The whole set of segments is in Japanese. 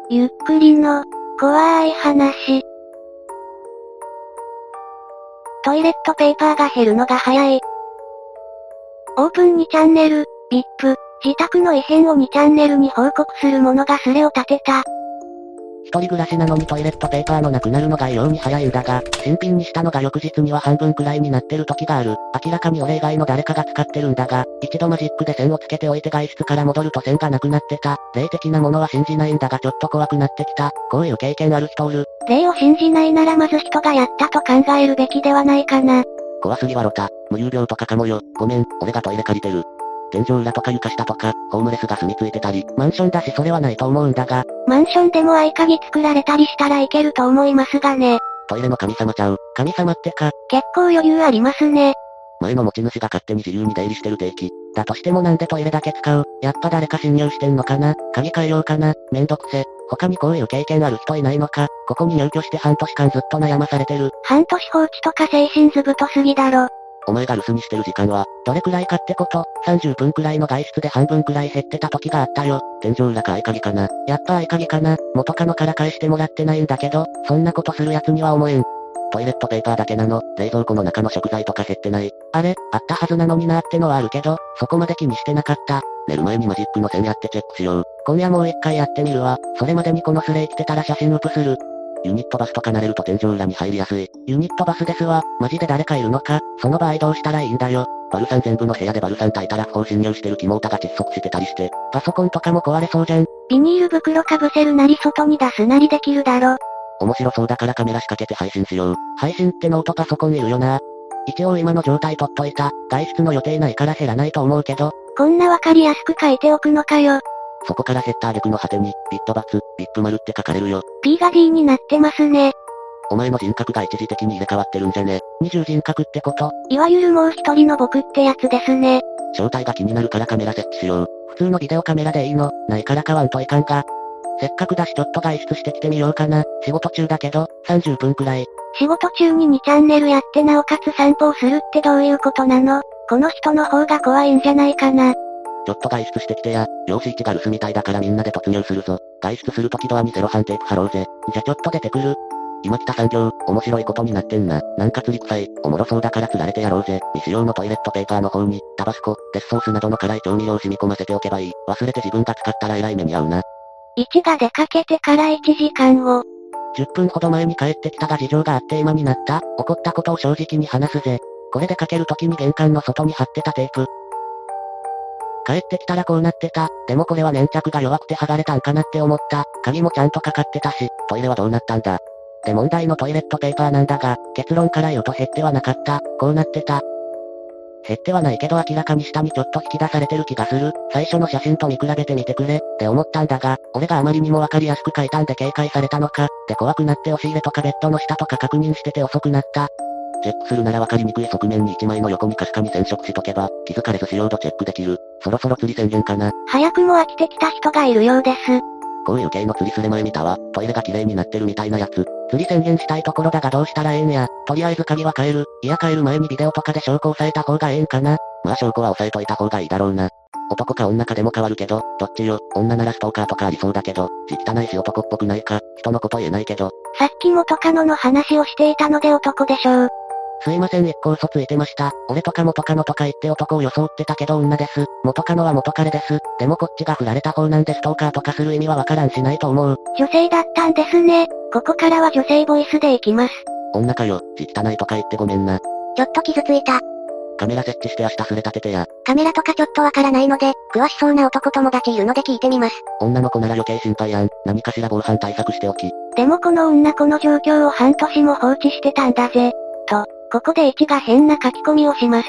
ゆっくりの、怖い話。トイレットペーパーが減るのが早い。オープン2チャンネル、VIP、自宅の異変を2チャンネルに報告する者がスレを立てた。 一人暮らしなのにトイレットペーパーのなくなるのが異様に早いんだが、新品にしたのが翌日には半分くらいになってる時がある。明らかに俺以外の誰かが使ってるんだが、一度マジックで線をつけておいて外出から戻ると線がなくなってた。霊的なものは信じないんだがちょっと怖くなってきた。こういう経験ある人おる？ 霊を信じないならまず人がやったと考えるべきではないかな。 怖すぎわろた。無遊病とかかもよ。ごめん、俺がトイレ借りてる。天井裏とか床下とか、ホームレスが住み着いてたり、マンションだしそれはないと思うんだが。 マンションでも合鍵作られたりしたらいけると思いますがね。 トイレの神様ちゃう。神様ってか。 結構余裕ありますね。 前の持ち主が勝手に自由に出入りしてる定期。だとしてもなんでトイレだけ使う？やっぱ誰か侵入してんのかな？鍵変えようかな？めんどくせ。他にこういう経験ある人いないのか？ここに入居して半年間ずっと悩まされてる。 半年放置とか精神図太すぎだろ。 お前が留守にしてる時間は、どれくらいかってこと？ 30 分くらいの外出で半分くらい減ってた時があったよ。天井裏か合鍵かな？やっぱ合鍵かな？元カノから返してもらってないんだけど、そんなことする奴には思えん。トイレットペーパーだけなの？冷蔵庫の中の食材とか減ってない？あれ？あったはずなのになーってのはあるけど、そこまで気にしてなかった。寝る前にマジックの線やってチェックしよう。今夜もう一回やってみるわ。それまでにこのスレイ来てたら写真ウップする。ユニットバスとか慣れると天井裏に入りやすい。ユニットバスですわ。マジで誰かいるのか？その場合どうしたらいいんだよ。バルさん全部の部屋でバルさん炊いたら不法侵入してるキモータが窒息してたりして、パソコンとかも壊れそうじゃん。 ビニール袋かぶせるなり外に出すなりできるだろ。 面白そうだからカメラ仕掛けて配信しよう。配信ってノートパソコンいるよな。一応今の状態取っといた。外出の予定ないから減らないと思うけど。 こんなわかりやすく書いておくのかよ。 そこから減った挙句の果てに、ビットバツ、ビップ丸って書かれるよ。 P が D になってますね。 お前の人格が一時的に入れ替わってるんじゃね？二重人格ってこと？ いわゆるもう一人の僕ってやつですね。 正体が気になるからカメラ設置しよう。普通のビデオカメラでいいの？ないから買わんといかんが。せっかくだしちょっと外出してきてみようかな。仕事中だけど、30分くらい。 仕事中に2チャンネルやってなおかつ散歩をするってどういうことなの？この人の方が怖いんじゃないかな。 ちょっと外出してきてや。漁師一が留守みたいだからみんなで突入するぞ。外出するときドアにセロハンテープ貼ろうぜ。じゃちょっと出てくる。今来た産業、面白いことになってんな。なんか釣り臭い、おもろそうだから釣られてやろうぜ。未使用のトイレットペーパーの方に、タバスコ、デスソースなどの辛い調味料を染み込ませておけばいい。忘れて自分が使ったら偉い目に遭うな。 1が出かけてから1時間後。 10分ほど前に帰ってきたが事情があって今になった。起こったことを正直に話すぜ。これ出かけるときに玄関の外に貼ってたテープ。帰ってきたらこうなってた。でもこれは粘着が弱くて剥がれたんかなって思った。鍵もちゃんとかかってたし、トイレはどうなったんだ。で問題のトイレットペーパーなんだが、結論から言うと減ってはなかった。こうなってた。減ってはないけど明らかに下にちょっと引き出されてる気がする。最初の写真と見比べてみてくれ、って思ったんだが、俺があまりにもわかりやすく書いたんで警戒されたのか、で怖くなって押し入れとかベッドの下とか確認してて遅くなった。チェックするならわかりにくい側面に1枚の横にかすかに染色しとけば、気づかれず使用度チェックできる。そろそろ釣り宣言かな。 早くも飽きてきた人がいるようです。 こういう系の釣りすれ前見たわ。トイレが綺麗になってるみたいなやつ。釣り宣言したいところだがどうしたらええんや。とりあえず鍵は変える。いや変える前にビデオとかで証拠押さえた方がええんかな。まあ証拠は押さえといた方がいいだろうな。男か女かでも変わるけど、どっちよ。女ならストーカーとかありそうだけど、字汚いし男っぽくないか。人のこと言えないけど。 さっき元カノの話をしていたので男でしょう。 すいません、一個嘘ついてました。俺とか元カノとか言って男を装ってたけど女です。元カノは元彼です。でもこっちが振られた方なんでストーカーとかする意味はわからんしないと思う。 女性だったんですね。ここからは女性ボイスでいきます。 女かよ、字汚いとか言ってごめんな。 ちょっと傷ついた。 カメラ設置して明日すれ立ててや。 カメラとかちょっとわからないので、詳しそうな男友達いるので聞いてみます。 女の子なら余計心配やん。何かしら防犯対策しておき。 でもこの女この状況を半年も放置してたんだぜ。と、ここで1が変な書き込みをします。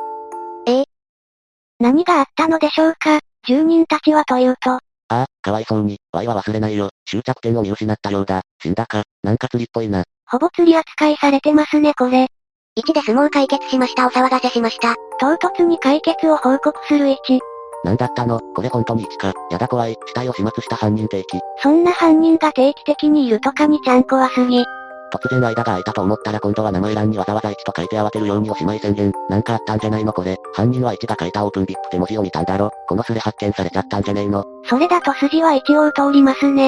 何があったのでしょうか？住人たちはというと。 ああ、かわいそうに。Y は忘れないよ。終着点を見失ったようだ。死んだか。なんか釣りっぽいな。 ほぼ釣り扱いされてますねこれ。1ですもう解決しましたお騒がせしました。唐突に解決を報告する1。 なんだったの？これ本当に1か。やだ怖い。死体を始末した犯人定期。 そんな犯人が定期的にいるとかにちゃん怖すぎ。 突然間が空いたと思ったら今度は名前欄にわざわざ1と書いて慌てるようにおしまい宣言。なんかあったんじゃないのこれ。犯人は1が書いたオープンビップって文字を見たんだろ。このスレ発見されちゃったんじゃねえの。 それだと筋は一応通りますね。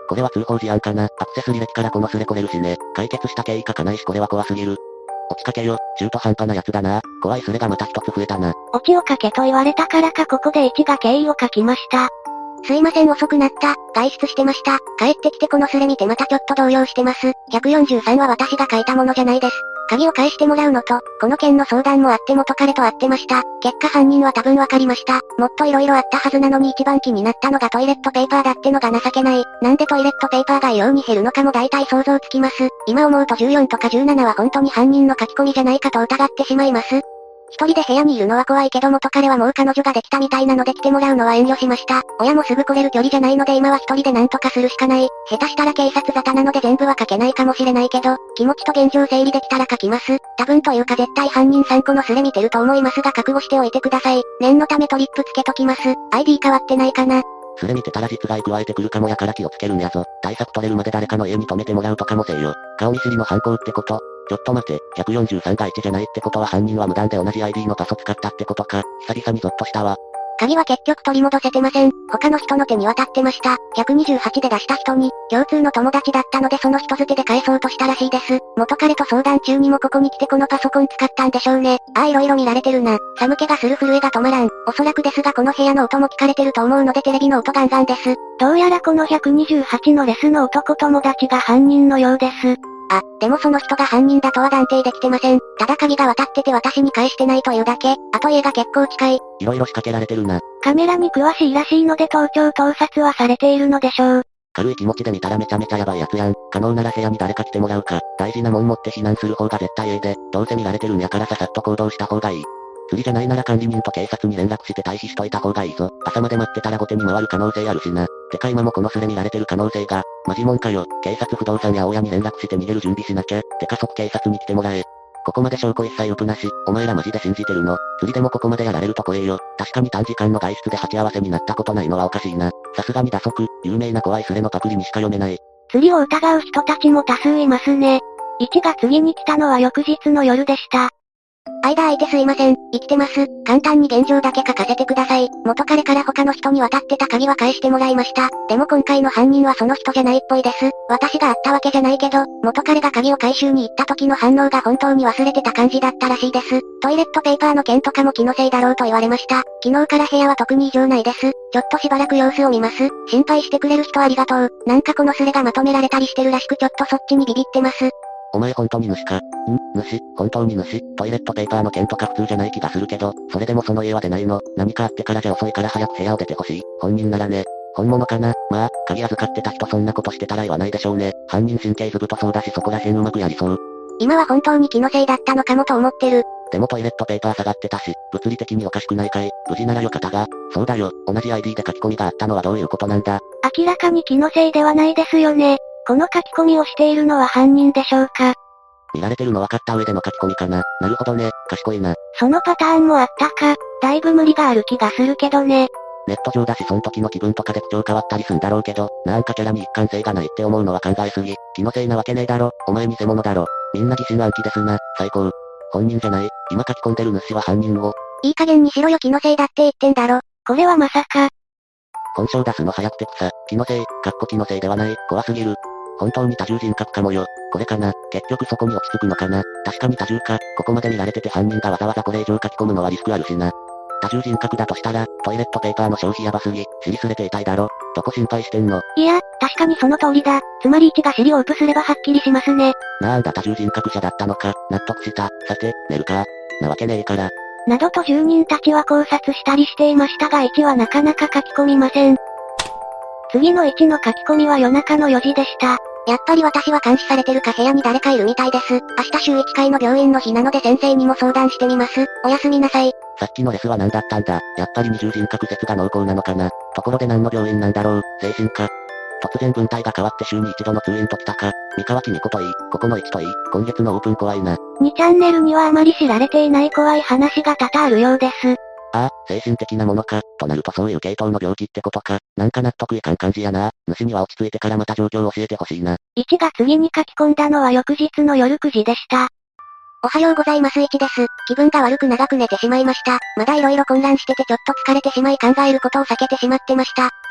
これは通報事案かな。アクセス履歴からこのスレ来れるしね。解決した経緯書かないしこれは怖すぎる。落ちかけよ、中途半端なやつだな。怖いスレがまた一つ増えたな。 落ちを書けと言われたからかここで1が経緯を書きました。 すいません遅くなった。外出してました。帰ってきてこのスレ見てまたちょっと動揺してます。143は私が書いたものじゃないです。鍵を返してもらうのと、この件の相談もあって元彼と会ってました。結果犯人は多分わかりました。もっと色々あったはずなのに一番気になったのがトイレットペーパーだってのが情けない。なんでトイレットペーパーが異様に減るのかも大体想像つきます。今思うと14とか17は本当に犯人の書き込みじゃないかと疑ってしまいます。一人で部屋にいるのは怖いけど元彼はもう彼女ができたみたいなので来てもらうのは遠慮しました。親もすぐ来れる距離じゃないので今は一人で何とかするしかない。下手したら警察沙汰なので全部は書けないかもしれないけど、気持ちと現状整理できたら書きます。多分というか絶対犯人3個のスレ見てると思いますが覚悟しておいてください。念のためトリップつけときます。ID 変わってないかな。 スレ見てたら実害加えてくるかもやから気をつけるんやぞ。対策取れるまで誰かの家に泊めてもらうとかもせえよ。顔見知りの犯行ってこと？ちょっと待て、143が1じゃないってことは犯人は無断で同じ ID のパソ使ったってことか。久々にゾッとしたわ。 鍵は結局取り戻せてません。他の人の手に渡ってました。128で出した人に、共通の友達だったのでその人づてで返そうとしたらしいです。元彼と相談中にもここに来てこのパソコン使ったんでしょうね。色々見られてるな。寒気がする震えが止まらん。おそらくですがこの部屋の音も聞かれてると思うのでテレビの音ガンガンです。 どうやらこの128のレスの男友達が犯人のようです。 でもその人が犯人だとは断定できてません。ただ鍵が渡ってて私に返してないというだけ。あと家が結構近い。 色々仕掛けられてるな。 カメラに詳しいらしいので盗聴盗撮はされているのでしょう。 軽い気持ちで見たらめちゃめちゃヤバいやつやん。可能なら部屋に誰か来てもらうか。大事なもん持って避難する方が絶対どうせ見られてるんやからささっと行動した方がいい。釣りじゃないなら管理人と警察に連絡して退避しといた方がいいぞ。朝まで待ってたら後手に回る可能性あるしな。てか今もこのスレ見られてる可能性が、マジモンかよ。警察不動産や親に連絡して逃げる準備しなきゃ。てか即警察に来てもらえ。ここまで証拠一切よくなし、お前らマジで信じてるの？釣りでもここまでやられると怖えよ。確かに短時間の外出で鉢合わせになったことないのはおかしいな。さすがに打足、有名な怖いスレのパクリにしか読めない。 釣りを疑う人たちも多数いますね。1が次に来たのは翌日の夜でした。 間空いてすいません。生きてます。簡単に現状だけ書かせてください。元彼から他の人に渡ってた鍵は返してもらいました。でも今回の犯人はその人じゃないっぽいです。私が会ったわけじゃないけど、元彼が鍵を回収に行った時の反応が本当に忘れてた感じだったらしいです。トイレットペーパーの件とかも気のせいだろうと言われました。昨日から部屋は特に異常ないです。ちょっとしばらく様子を見ます。心配してくれる人ありがとう。なんかこのスレがまとめられたりしてるらしくちょっとそっちにビビってます。 お前本当に主か？主？本当に主？トイレットペーパーの件とか普通じゃない気がするけど、それでもその家は出ないの？何かあってからじゃ遅いから早く部屋を出てほしい。本人ならね。本物かな？まあ、鍵預かってた人そんなことしてたら言わないでしょうね。犯人神経ずぶとそうだしそこら辺うまくやりそう。 今は本当に気のせいだったのかもと思ってる。 でもトイレットペーパー下がってたし、物理的におかしくないかい？無事ならよかったが、そうだよ、同じ ID で書き込みがあったのはどういうことなんだ？ 明らかに気のせいではないですよね。この書き込みをしているのは犯人でしょうか？ 見られてるの分かった上での書き込みかな。なるほどね、賢いな。 そのパターンもあったか、だいぶ無理がある気がするけどね。 ネット上だしそん時の気分とかで口調変わったりすんだろうけど、なんかキャラに一貫性がないって思うのは考えすぎ。気のせいなわけねえだろ、お前偽物だろ。みんな疑心暗鬼ですな、最高。本人じゃない、今書き込んでる主は犯人を。 いい加減にしろよ気のせいだって言ってんだろ。 これはまさか。 本性出すの早くて草、気のせい、気のせいではない、怖すぎる。本当に多重人格かもよ。これかな、結局そこに落ち着くのかな。確かに多重か、ここまで見られてて犯人がわざわざこれ以上書き込むのはリスクあるしな。多重人格だとしたら、トイレットペーパーの消費やばすぎ、尻すれて痛いだろ。どこ心配してんの？ いや、確かにその通りだ。つまり1が尻をオープすればはっきりしますね。 なんだ多重人格者だったのか、納得した。さて、寝るか。なわけねえから。 などと住人たちは考察したりしていましたが1はなかなか書き込みません。次の1の書き込みは夜中の4時でした。 やっぱり私は監視されてるか部屋に誰かいるみたいです。明日週1回の病院の日なので先生にも相談してみます。おやすみなさい。 さっきのレスは何だったんだ。やっぱり二重人格説が濃厚なのかな。ところで何の病院なんだろう。精神科。突然文体が変わって週に一度の通院ときたか。三河君子といい、ここの1といい、今月のオープン怖いな。 2チャンネルにはあまり知られていない怖い話が多々あるようです。 ああ、精神的なものか。となるとそういう系統の病気ってことか。なんか納得いかん感じやな。主には落ち着いてからまた状況を教えてほしいな。 1が次に書き込んだのは翌日の夜9時でした。 おはようございます1です。気分が悪く長く寝てしまいました。まだ色々混乱しててちょっと疲れてしまい考えることを避けてしまってました。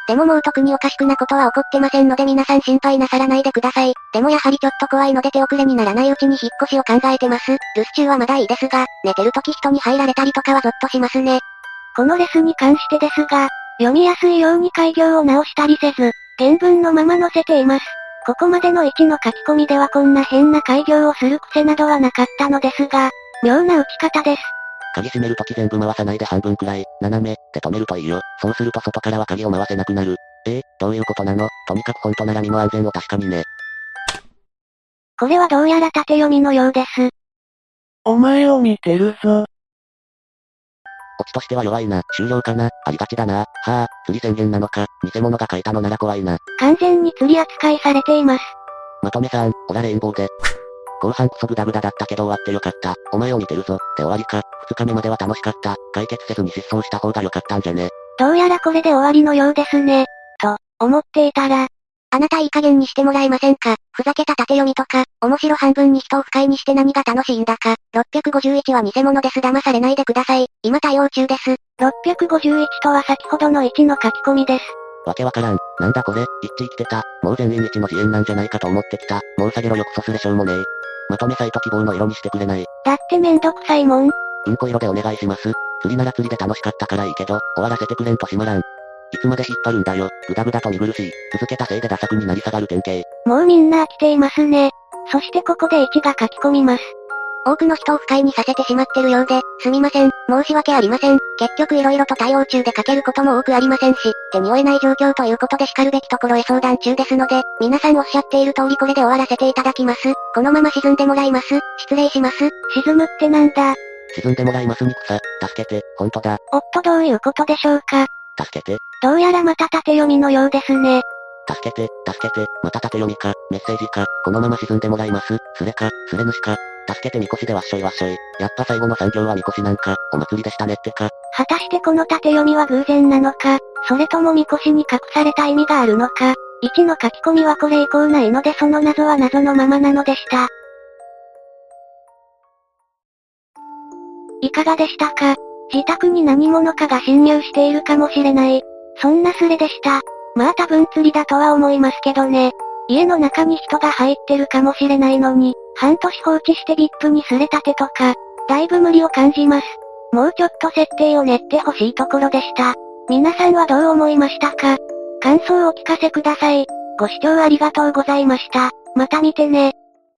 でももう特におかしくなことは起こってませんので皆さん心配なさらないでください。でもやはりちょっと怖いので手遅れにならないうちに引っ越しを考えてます。留守中はまだいいですが、寝てる時人に入られたりとかはゾッとしますね。 このレスに関してですが、読みやすいように改行を直したりせず、原文のまま載せています。ここまでの1の書き込みではこんな変な改行をする癖などはなかったのですが、妙な打ち方です。 鍵閉めるとき全部回さないで半分くらい、斜め、で止めるといいよ。そうすると外からは鍵を回せなくなる。どういうことなの？とにかく本当なら身の安全を確かにね。 これはどうやら縦読みのようです。 お前を見てるぞ。 オチとしては弱いな。終了かな。ありがちだな。はぁ、釣り宣言なのか。偽物が書いたのなら怖いな。 完全に釣り扱いされています。 まとめさん、オラレインボーで。後半クソグダグダだったけど終わってよかった。お前を見てるぞ。で終わりか。2日目までは楽しかった。解決せずに失踪した方が良かったんじゃね。 どうやらこれで終わりのようですね。と、思っていたら、 あなたいい加減にしてもらえませんか？ふざけた縦読みとか、面白半分に人を不快にして何が楽しいんだか。651は偽物です。騙されないでください。今対応中です。 651とは先ほどの1の書き込みです。 わけわからん。なんだこれ、一致生きてた。もう全員一の自演なんじゃないかと思ってきた。もう下げろよクソすれしょうもねえ。まとめサイト希望の色にしてくれない。 だってめんどくさいもん。 うんこ色でお願いします。釣りなら釣りで楽しかったからいいけど、終わらせてくれんとしまらん。いつまで引っ張るんだよ。ぐだぐだと見苦しい。続けたせいでダサくになり下がる典型。 もうみんな飽きていますね。そしてここで1が書き込みます。 多くの人を不快にさせてしまってるようで、すみません。申し訳ありません。結局色々と対応中で書けることも多くありませんし、手に負えない状況ということで叱るべきところへ相談中ですので、皆さんおっしゃっている通りこれで終わらせていただきます。このまま沈んでもらいます。失礼します。 沈むってなんだ。 沈んでもらいますに草。助けて、ほんとだ。 おっとどういうことでしょうか。 助けて。 どうやらまた縦読みのようですね。 助けて、また縦読みか、メッセージか、このまま沈んでもらいます。スレか、スレ主か。助けてみこしでわっしょいわっしょい。やっぱ最後の産業はみこしなんか、お祭りでしたねってか。 果たしてこの縦読みは偶然なのか、それともみこしに隠された意味があるのか。1の書き込みはこれ以降ないのでその謎は謎のままなのでした。いかがでしたか？自宅に何者かが侵入しているかもしれない。そんなスレでした。まあ多分釣りだとは思いますけどね。家の中に人が入ってるかもしれないのに、半年放置して VIP にすれたてとか、だいぶ無理を感じます。もうちょっと設定を練ってほしいところでした。皆さんはどう思いましたか？感想をお聞かせください。ご視聴ありがとうございました。また見てね。